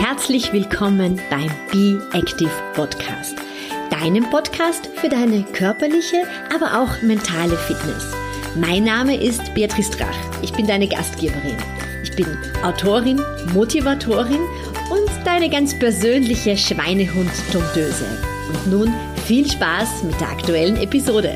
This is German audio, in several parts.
Herzlich willkommen beim Be Active Podcast, deinem Podcast für deine körperliche, aber auch mentale Fitness. Mein Name ist Beatrice Drach, ich bin deine Gastgeberin. Ich bin Autorin, Motivatorin und deine ganz persönliche Schweinehund-Dompteuse. Und nun viel Spaß mit der aktuellen Episode.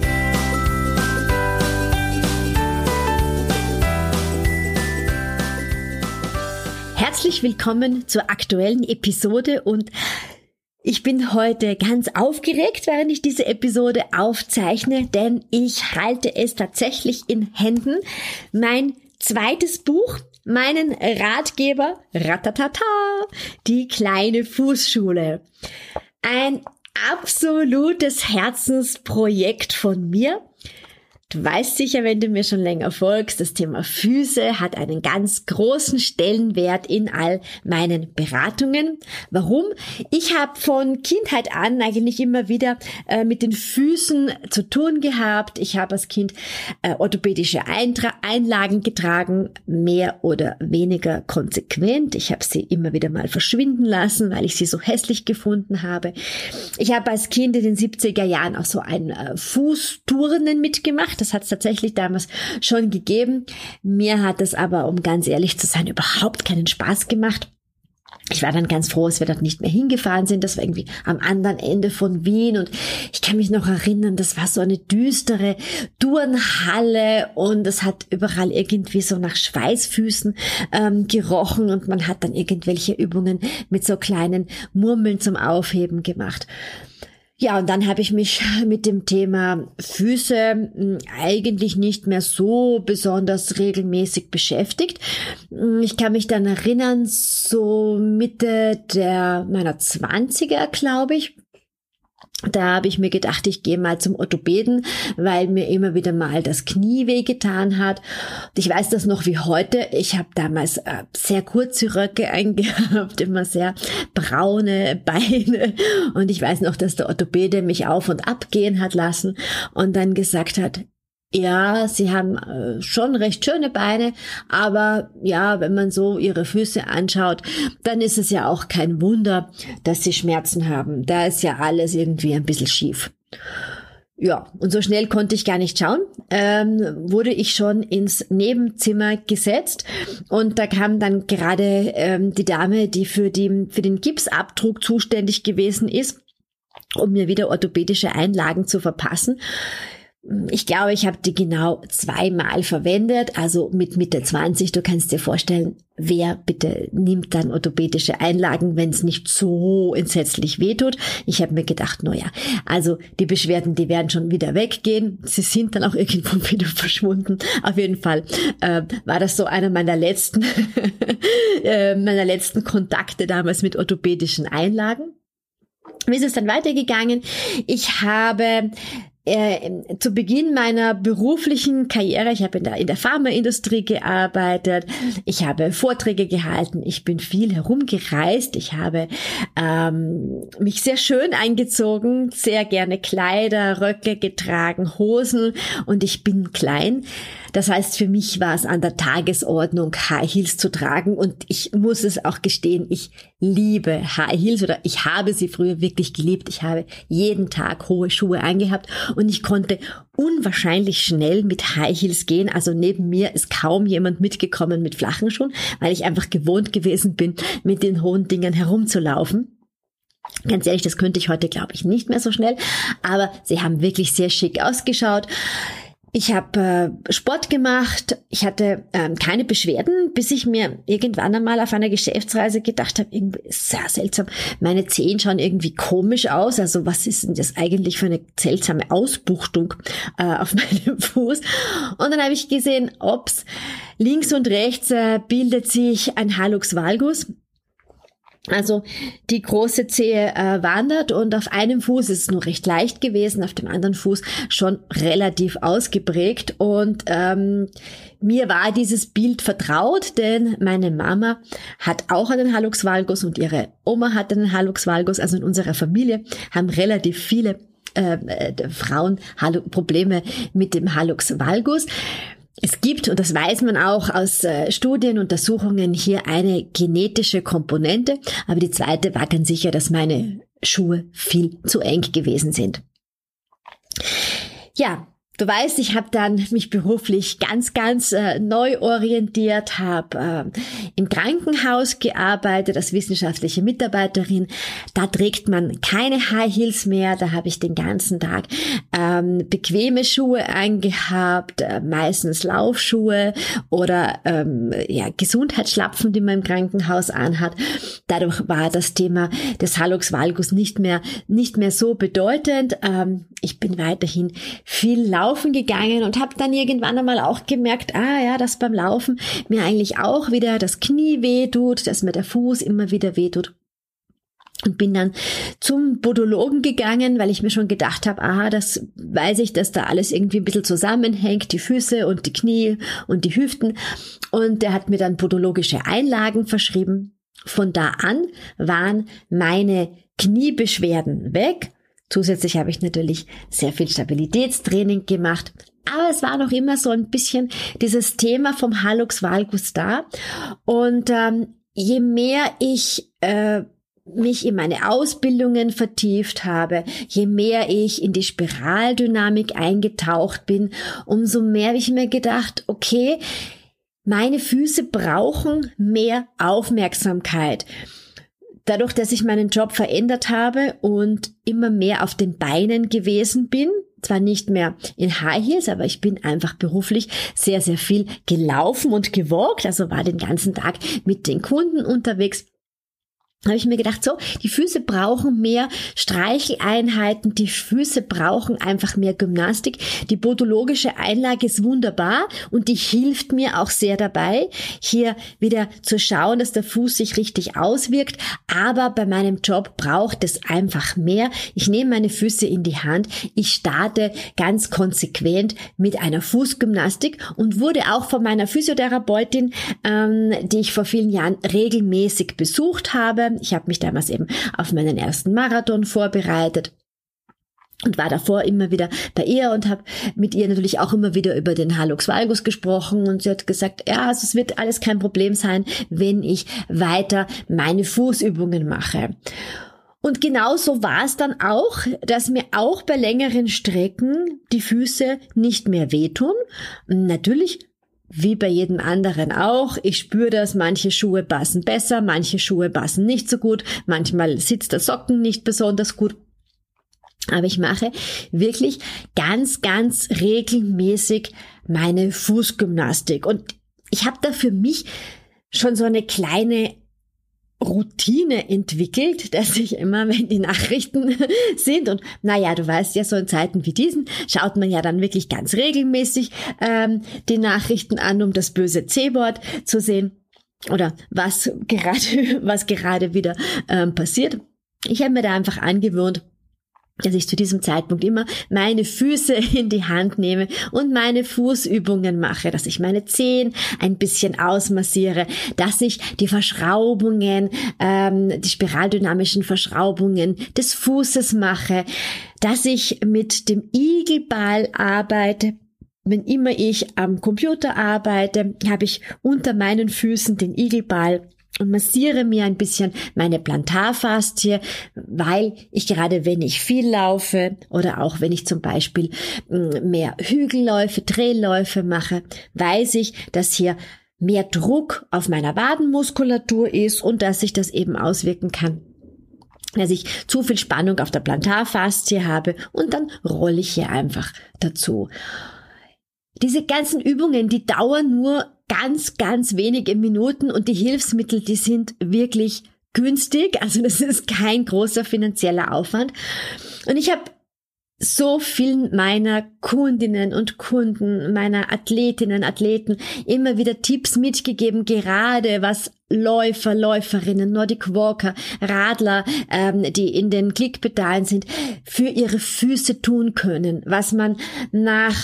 Herzlich willkommen zur aktuellen Episode und ich bin heute ganz aufgeregt, während ich diese Episode aufzeichne, denn ich halte es tatsächlich in Händen. Mein zweites Buch, meinen Ratgeber, ratatata, die kleine Fußschule. Ein absolutes Herzensprojekt von mir. Du weißt sicher, wenn du mir schon länger folgst, das Thema Füße hat einen ganz großen Stellenwert in all meinen Beratungen. Warum? Ich habe von Kindheit an eigentlich immer wieder mit den Füßen zu tun gehabt. Ich habe als Kind orthopädische Einlagen getragen, mehr oder weniger konsequent. Ich habe sie immer wieder mal verschwinden lassen, weil ich sie so hässlich gefunden habe. Ich habe als Kind in den 70er Jahren auch so ein Fußturnen mitgemacht. Das hat es tatsächlich damals schon gegeben. Mir hat es aber, um ganz ehrlich zu sein, überhaupt keinen Spaß gemacht. Ich war dann ganz froh, dass wir dort nicht mehr hingefahren sind. Das war irgendwie am anderen Ende von Wien und ich kann mich noch erinnern, das war so eine düstere Turnhalle und es hat überall irgendwie so nach Schweißfüßen gerochen und man hat dann irgendwelche Übungen mit so kleinen Murmeln zum Aufheben gemacht. Ja, und dann habe ich mich mit dem Thema Füße eigentlich nicht mehr so besonders regelmäßig beschäftigt. Ich kann mich dann erinnern, so Mitte meiner 20er, glaube ich. Da habe ich mir gedacht, ich gehe mal zum Orthopäden, weil mir immer wieder mal das Knie wehgetan hat. Und ich weiß das noch wie heute. Ich habe damals sehr kurze Röcke angehabt, immer sehr braune Beine. Und ich weiß noch, dass der Orthopäde mich auf und ab gehen hat lassen und dann gesagt hat, ja, Sie haben schon recht schöne Beine, aber ja, wenn man so Ihre Füße anschaut, dann ist es ja auch kein Wunder, dass Sie Schmerzen haben. Da ist ja alles irgendwie ein bisschen schief. Ja, und so schnell konnte ich gar nicht schauen, wurde ich schon ins Nebenzimmer gesetzt und da kam dann gerade die Dame, die für den Gipsabdruck zuständig gewesen ist, um mir wieder orthopädische Einlagen zu verpassen. Ich glaube, ich habe die genau 2-mal verwendet, also mit Mitte 20. Du kannst dir vorstellen, wer bitte nimmt dann orthopädische Einlagen, wenn es nicht so entsetzlich wehtut. Ich habe mir gedacht, also die Beschwerden, die werden schon wieder weggehen. Sie sind dann auch irgendwo wieder verschwunden. Auf jeden Fall war das so einer meiner letzten Kontakte damals mit orthopädischen Einlagen. Wie ist es dann weitergegangen? Ich habe zu Beginn meiner beruflichen Karriere, ich habe in der Pharmaindustrie gearbeitet, ich habe Vorträge gehalten, ich bin viel herumgereist, ich habe mich sehr schön eingezogen, sehr gerne Kleider, Röcke getragen, Hosen und ich bin klein. Das heißt, für mich war es an der Tagesordnung, High Heels zu tragen und ich muss es auch gestehen, ich liebe High Heels oder ich habe sie früher wirklich geliebt. Ich habe jeden Tag hohe Schuhe angehabt und ich konnte unwahrscheinlich schnell mit High Heels gehen. Also neben mir ist kaum jemand mitgekommen mit flachen Schuhen, weil ich einfach gewohnt gewesen bin, mit den hohen Dingern herumzulaufen. Ganz ehrlich, das könnte ich heute, glaube ich, nicht mehr so schnell, aber sie haben wirklich sehr schick ausgeschaut. Ich habe Sport gemacht, ich hatte keine Beschwerden, bis ich mir irgendwann einmal auf einer Geschäftsreise gedacht habe, irgendwie ist sehr seltsam, meine Zehen schauen irgendwie komisch aus, also was ist denn das eigentlich für eine seltsame Ausbuchtung auf meinem Fuß? Und dann habe ich gesehen, links und rechts bildet sich ein Hallux valgus. Also die große Zehe wandert und auf einem Fuß ist es nur recht leicht gewesen, auf dem anderen Fuß schon relativ ausgeprägt und mir war dieses Bild vertraut, denn meine Mama hat auch einen Hallux valgus und ihre Oma hat einen Hallux valgus, also in unserer Familie haben relativ viele Frauen Probleme mit dem Hallux valgus. Es gibt, und das weiß man auch aus Studienuntersuchungen, hier eine genetische Komponente, aber die zweite war ganz sicher, dass meine Schuhe viel zu eng gewesen sind. Ja, du weißt, ich habe dann mich beruflich ganz neu orientiert, habe im Krankenhaus gearbeitet als wissenschaftliche Mitarbeiterin. Da trägt man keine High Heels mehr, da habe ich den ganzen Tag bequeme Schuhe angehabt, meistens Laufschuhe oder Gesundheitsschlapfen, die man im Krankenhaus anhat. Dadurch war das Thema des Hallux valgus nicht mehr so bedeutend. Ich bin weiterhin viel laufen gegangen und habe dann irgendwann einmal auch gemerkt, dass beim Laufen mir eigentlich auch wieder das Knie wehtut, dass mir der Fuß immer wieder wehtut. Und bin dann zum Podologen gegangen, weil ich mir schon gedacht habe, das weiß ich, dass da alles irgendwie ein bisschen zusammenhängt, die Füße und die Knie und die Hüften. Und der hat mir dann podologische Einlagen verschrieben. Von da an waren meine Kniebeschwerden weg. Zusätzlich habe ich natürlich sehr viel Stabilitätstraining gemacht. Aber es war noch immer so ein bisschen dieses Thema vom Hallux valgus da. Und je mehr ich mich in meine Ausbildungen vertieft habe, je mehr ich in die Spiraldynamik eingetaucht bin, umso mehr habe ich mir gedacht, okay, meine Füße brauchen mehr Aufmerksamkeit. Dadurch, dass ich meinen Job verändert habe und immer mehr auf den Beinen gewesen bin, zwar nicht mehr in High Heels, aber ich bin einfach beruflich sehr, sehr viel gelaufen und gewalkt, also war den ganzen Tag mit den Kunden unterwegs, habe ich mir gedacht, so, die Füße brauchen mehr Streicheleinheiten, die Füße brauchen einfach mehr Gymnastik. Die podologische Einlage ist wunderbar und die hilft mir auch sehr dabei, hier wieder zu schauen, dass der Fuß sich richtig auswirkt. Aber bei meinem Job braucht es einfach mehr. Ich nehme meine Füße in die Hand. Ich starte ganz konsequent mit einer Fußgymnastik und wurde auch von meiner Physiotherapeutin, die ich vor vielen Jahren regelmäßig besucht habe. Ich habe mich damals eben auf meinen ersten Marathon vorbereitet und war davor immer wieder bei ihr und habe mit ihr natürlich auch immer wieder über den Hallux valgus gesprochen und sie hat gesagt, also es wird alles kein Problem sein, wenn ich weiter meine Fußübungen mache. Und genauso war es dann auch, dass mir auch bei längeren Strecken die Füße nicht mehr wehtun. Natürlich wie bei jedem anderen auch. Ich spüre das, manche Schuhe passen besser, manche Schuhe passen nicht so gut, manchmal sitzt der Socken nicht besonders gut. Aber ich mache wirklich ganz regelmäßig meine Fußgymnastik. Und ich habe da für mich schon so eine kleine Routine entwickelt, dass ich immer, wenn die Nachrichten sind und du weißt ja, so in Zeiten wie diesen schaut man ja dann wirklich ganz regelmäßig die Nachrichten an, um das böse C-Wort zu sehen oder was gerade wieder passiert. Ich habe mir da einfach angewöhnt, dass ich zu diesem Zeitpunkt immer meine Füße in die Hand nehme und meine Fußübungen mache, dass ich meine Zehen ein bisschen ausmassiere, dass ich die Verschraubungen, die spiraldynamischen Verschraubungen des Fußes mache, dass ich mit dem Igelball arbeite. Wenn immer ich am Computer arbeite, habe ich unter meinen Füßen den Igelball und massiere mir ein bisschen meine Plantarfaszie, weil ich gerade, wenn ich viel laufe oder auch wenn ich zum Beispiel mehr Hügelläufe, Drehläufe mache, weiß ich, dass hier mehr Druck auf meiner Wadenmuskulatur ist und dass sich das eben auswirken kann, dass ich zu viel Spannung auf der Plantarfaszie habe und dann rolle ich hier einfach dazu. Diese ganzen Übungen, die dauern nur ganz wenige Minuten und die Hilfsmittel, die sind wirklich günstig. Also das ist kein großer finanzieller Aufwand. Und ich habe so vielen meiner Kundinnen und Kunden, meiner Athletinnen, Athleten immer wieder Tipps mitgegeben, gerade was Läufer, Läuferinnen, Nordic Walker, Radler, die in den Klickpedalen sind, für ihre Füße tun können, was man nach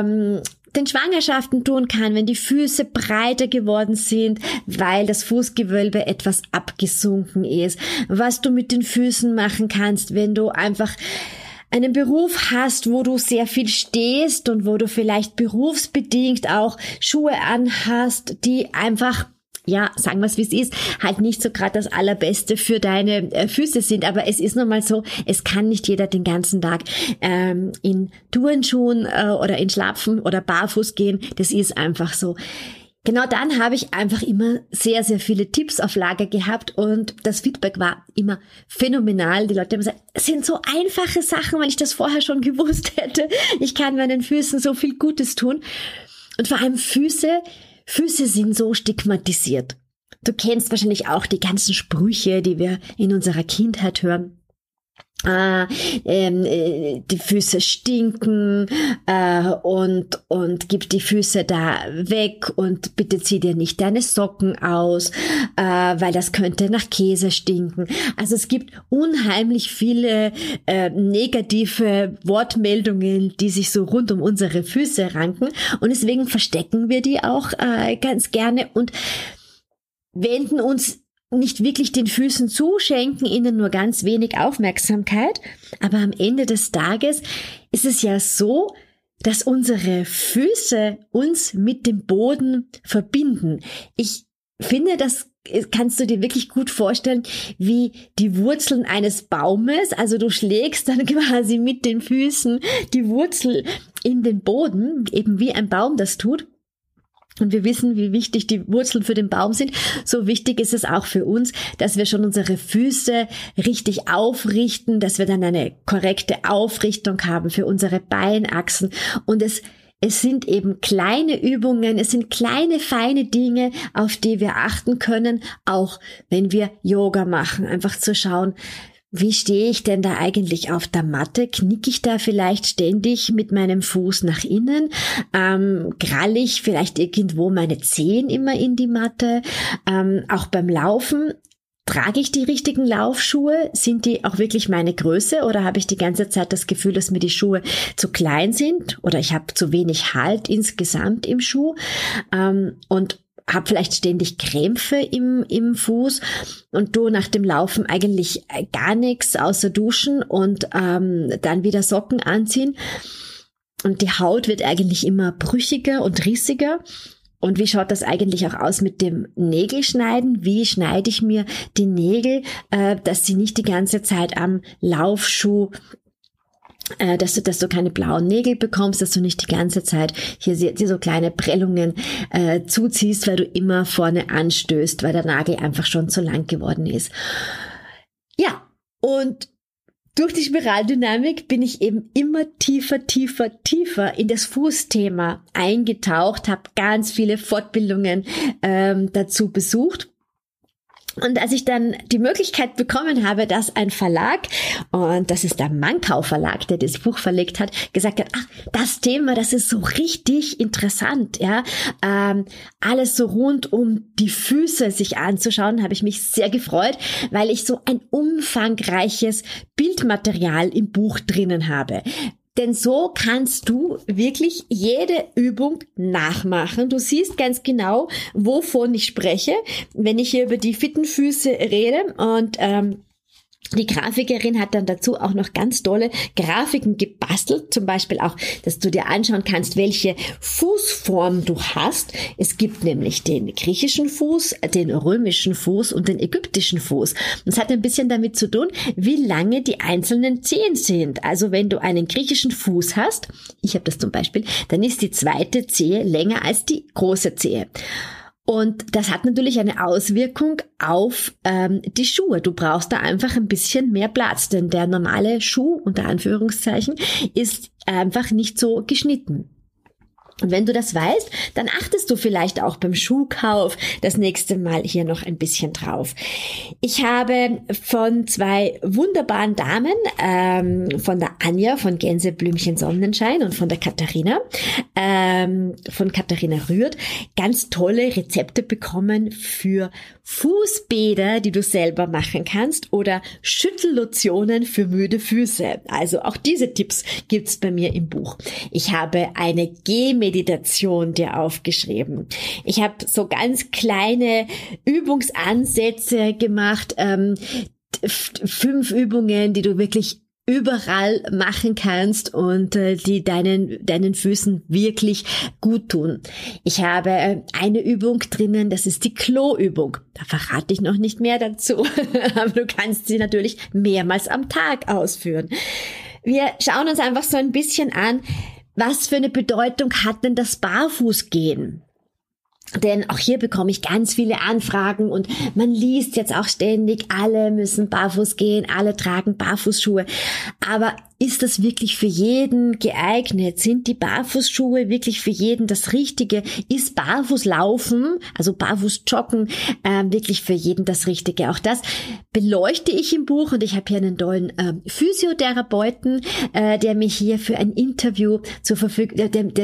den Schwangerschaften tun kann, wenn die Füße breiter geworden sind, weil das Fußgewölbe etwas abgesunken ist, was du mit den Füßen machen kannst, wenn du einfach einen Beruf hast, wo du sehr viel stehst und wo du vielleicht berufsbedingt auch Schuhe anhast, die einfach, ja, sagen wir es wie es ist, halt nicht so gerade das Allerbeste für deine Füße sind. Aber es ist nun mal so, es kann nicht jeder den ganzen Tag in Turnschuhen oder in Schlapfen oder barfuß gehen. Das ist einfach so. Genau dann habe ich einfach immer sehr, sehr viele Tipps auf Lager gehabt und das Feedback war immer phänomenal. Die Leute haben gesagt, es sind so einfache Sachen, wenn ich das vorher schon gewusst hätte. Ich kann meinen Füßen so viel Gutes tun. Und vor allem Füße sind so stigmatisiert. Du kennst wahrscheinlich auch die ganzen Sprüche, die wir in unserer Kindheit hören. Die Füße stinken und gib die Füße da weg und bitte zieh dir nicht deine Socken aus, weil das könnte nach Käse stinken. Also es gibt unheimlich viele negative Wortmeldungen, die sich so rund um unsere Füße ranken und deswegen verstecken wir die auch ganz gerne und wenden uns nicht wirklich den Füßen zu, schenken ihnen nur ganz wenig Aufmerksamkeit. Aber am Ende des Tages ist es ja so, dass unsere Füße uns mit dem Boden verbinden. Ich finde, das kannst du dir wirklich gut vorstellen, wie die Wurzeln eines Baumes. Also du schlägst dann quasi mit den Füßen die Wurzel in den Boden, eben wie ein Baum das tut. Und wir wissen, wie wichtig die Wurzeln für den Baum sind. So wichtig ist es auch für uns, dass wir schon unsere Füße richtig aufrichten, dass wir dann eine korrekte Aufrichtung haben für unsere Beinachsen. Und es sind eben kleine Übungen, es sind kleine, feine Dinge, auf die wir achten können, auch wenn wir Yoga machen. Einfach zu schauen, wie stehe ich denn da eigentlich auf der Matte? Knicke ich da vielleicht ständig mit meinem Fuß nach innen? Kralle ich vielleicht irgendwo meine Zehen immer in die Matte? Auch beim Laufen, trage ich die richtigen Laufschuhe? Sind die auch wirklich meine Größe? Oder habe ich die ganze Zeit das Gefühl, dass mir die Schuhe zu klein sind? Oder ich habe zu wenig Halt insgesamt im Schuh? Und habe vielleicht ständig Krämpfe im Fuß und du nach dem Laufen eigentlich gar nichts außer duschen und dann wieder Socken anziehen und die Haut wird eigentlich immer brüchiger und rissiger. Und wie schaut das eigentlich auch aus mit dem Nägelschneiden? Wie schneide ich mir die Nägel, dass sie nicht die ganze Zeit am Laufschuh dass du keine blauen Nägel bekommst, dass du nicht die ganze Zeit hier so kleine Prellungen zuziehst, weil du immer vorne anstößt, weil der Nagel einfach schon zu lang geworden ist. Ja, und durch die Spiraldynamik bin ich eben immer tiefer in das Fußthema eingetaucht, habe ganz viele Fortbildungen dazu besucht. Und als ich dann die Möglichkeit bekommen habe, dass ein Verlag, und das ist der Mankau Verlag, der das Buch verlegt hat, gesagt hat, ach, das Thema, das ist so richtig interessant, ja, alles so rund um die Füße sich anzuschauen, habe ich mich sehr gefreut, weil ich so ein umfangreiches Bildmaterial im Buch drinnen habe. Denn so kannst du wirklich jede Übung nachmachen. Du siehst ganz genau, wovon ich spreche, wenn ich hier über die fitten Füße rede. Und die Grafikerin hat dann dazu auch noch ganz tolle Grafiken gebastelt, zum Beispiel auch, dass du dir anschauen kannst, welche Fußform du hast. Es gibt nämlich den griechischen Fuß, den römischen Fuß und den ägyptischen Fuß. Das hat ein bisschen damit zu tun, wie lange die einzelnen Zehen sind. Also wenn du einen griechischen Fuß hast, ich habe das zum Beispiel, dann ist die zweite Zehe länger als die große Zehe. Und das hat natürlich eine Auswirkung auf die Schuhe. Du brauchst da einfach ein bisschen mehr Platz, denn der normale Schuh, unter Anführungszeichen, ist einfach nicht so geschnitten. Und wenn du das weißt, dann achtest du vielleicht auch beim Schuhkauf das nächste Mal hier noch ein bisschen drauf. Ich habe von zwei wunderbaren Damen, von der Anja von Gänseblümchen Sonnenschein und von der Katharina, von Katharina Rührt, ganz tolle Rezepte bekommen für Fußbäder, die du selber machen kannst oder Schüttellotionen für müde Füße. Also auch diese Tipps gibt's bei mir im Buch. Ich habe eine Gehmeditation dir aufgeschrieben. Ich habe so ganz kleine Übungsansätze gemacht, 5 Übungen, die du wirklich überall machen kannst und die deinen Füßen wirklich gut tun. Ich habe eine Übung drinnen, das ist die Kloübung. Da verrate ich noch nicht mehr dazu, aber du kannst sie natürlich mehrmals am Tag ausführen. Wir schauen uns einfach so ein bisschen an, was für eine Bedeutung hat denn das Barfußgehen? Denn auch hier bekomme ich ganz viele Anfragen und man liest jetzt auch ständig, alle müssen barfuß gehen, alle tragen Barfußschuhe. Aber ist das wirklich für jeden geeignet? Sind die Barfußschuhe wirklich für jeden das Richtige? Ist Barfußlaufen, also Barfußjoggen, wirklich für jeden das Richtige? Auch das beleuchte ich im Buch und ich habe hier einen tollen Physiotherapeuten, der mir hier für ein Interview zur Verfügung,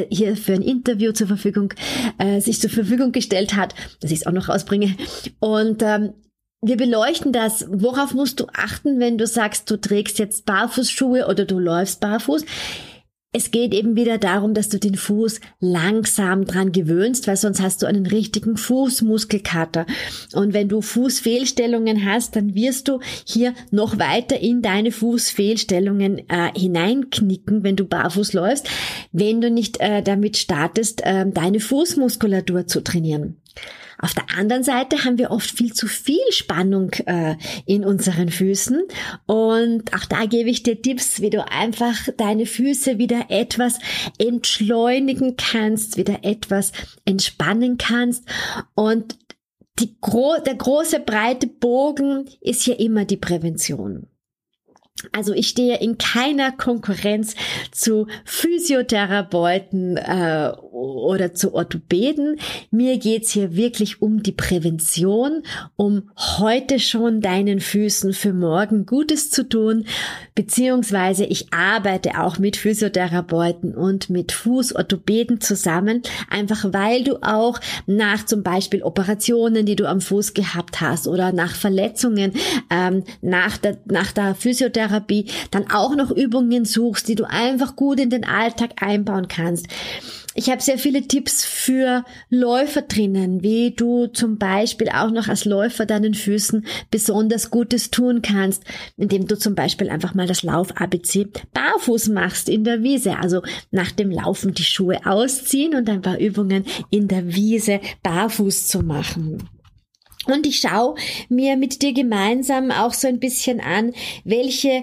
sich zur Verfügung gestellt hat, dass ich es auch noch rausbringe. Und wir beleuchten das. Worauf musst du achten, wenn du sagst, du trägst jetzt Barfußschuhe oder du läufst barfuß? Es geht eben wieder darum, dass du den Fuß langsam dran gewöhnst, weil sonst hast du einen richtigen Fußmuskelkater. Und wenn du Fußfehlstellungen hast, dann wirst du hier noch weiter in deine Fußfehlstellungen hineinknicken, wenn du barfuß läufst, wenn du nicht damit startest, deine Fußmuskulatur zu trainieren. Auf der anderen Seite haben wir oft viel zu viel Spannung in unseren Füßen und auch da gebe ich dir Tipps, wie du einfach deine Füße wieder etwas entschleunigen kannst, wieder etwas entspannen kannst und der große breite Bogen ist hier immer die Prävention. Also ich stehe in keiner Konkurrenz zu Physiotherapeuten oder zu Orthopäden. Mir geht's hier wirklich um die Prävention, um heute schon deinen Füßen für morgen Gutes zu tun, beziehungsweise ich arbeite auch mit Physiotherapeuten und mit Fußorthopäden zusammen, einfach weil du auch nach zum Beispiel Operationen, die du am Fuß gehabt hast oder nach Verletzungen, nach der Physiotherapie dann auch noch Übungen suchst, die du einfach gut in den Alltag einbauen kannst. Ich habe sehr viele Tipps für Läufer drinnen, wie du zum Beispiel auch noch als Läufer deinen Füßen besonders Gutes tun kannst, indem du zum Beispiel einfach mal das Lauf-ABC barfuß machst in der Wiese. Also nach dem Laufen die Schuhe ausziehen und ein paar Übungen in der Wiese barfuß zu machen. Und ich schaue mir mit dir gemeinsam auch so ein bisschen an, welche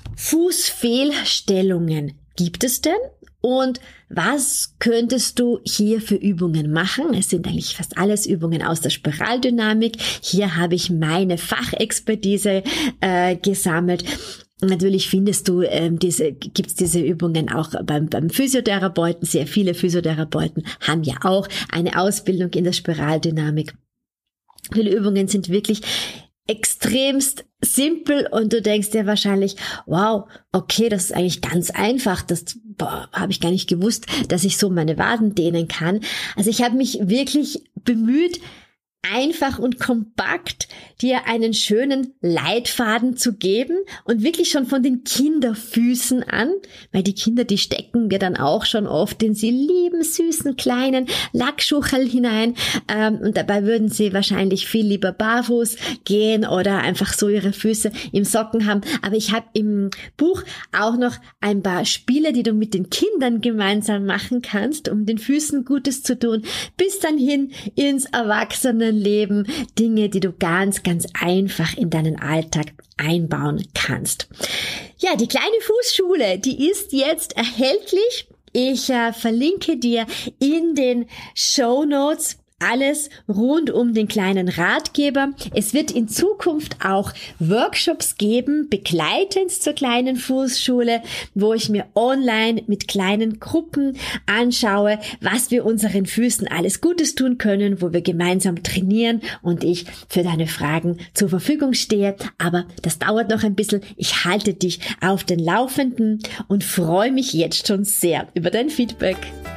Fußfehlstellungen gibt es denn und was könntest du hier für Übungen machen? Es sind eigentlich fast alles Übungen aus der Spiraldynamik. Hier habe ich meine Fachexpertise gesammelt. Natürlich findest du gibt's diese Übungen auch beim Physiotherapeuten. Sehr viele Physiotherapeuten haben ja auch eine Ausbildung in der Spiraldynamik. Viele Übungen sind wirklich extremst simpel und du denkst dir wahrscheinlich, wow, okay, das ist eigentlich ganz einfach, das habe ich gar nicht gewusst, dass ich so meine Waden dehnen kann. Also ich habe mich wirklich bemüht, einfach und kompakt dir einen schönen Leitfaden zu geben und wirklich schon von den Kinderfüßen an, weil die Kinder, die stecken mir dann auch schon oft in sie lieben, süßen, kleinen Lackschuchel hinein und dabei würden sie wahrscheinlich viel lieber barfuß gehen oder einfach so ihre Füße im Socken haben. Aber ich habe im Buch auch noch ein paar Spiele, die du mit den Kindern gemeinsam machen kannst, um den Füßen Gutes zu tun, bis dann hin ins Erwachsenenleben, Dinge, die du ganz, ganz einfach in deinen Alltag einbauen kannst. Ja, die kleine Fußschule, die ist jetzt erhältlich. Ich verlinke dir in den Shownotes alles rund um den kleinen Ratgeber. Es wird in Zukunft auch Workshops geben, begleitend zur kleinen Fußschule, wo ich mir online mit kleinen Gruppen anschaue, was wir unseren Füßen alles Gutes tun können, wo wir gemeinsam trainieren und ich für deine Fragen zur Verfügung stehe. Aber das dauert noch ein bisschen. Ich halte dich auf den Laufenden und freue mich jetzt schon sehr über dein Feedback.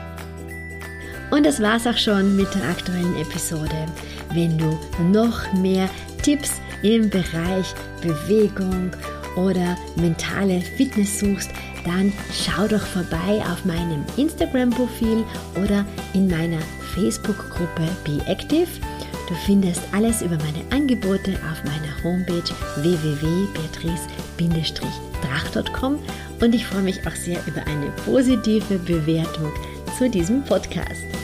Und das war's auch schon mit der aktuellen Episode. Wenn du noch mehr Tipps im Bereich Bewegung oder mentale Fitness suchst, dann schau doch vorbei auf meinem Instagram-Profil oder in meiner Facebook-Gruppe Be Active. Du findest alles über meine Angebote auf meiner Homepage www.beatrice-drach.com und ich freue mich auch sehr über eine positive Bewertung zu diesem Podcast.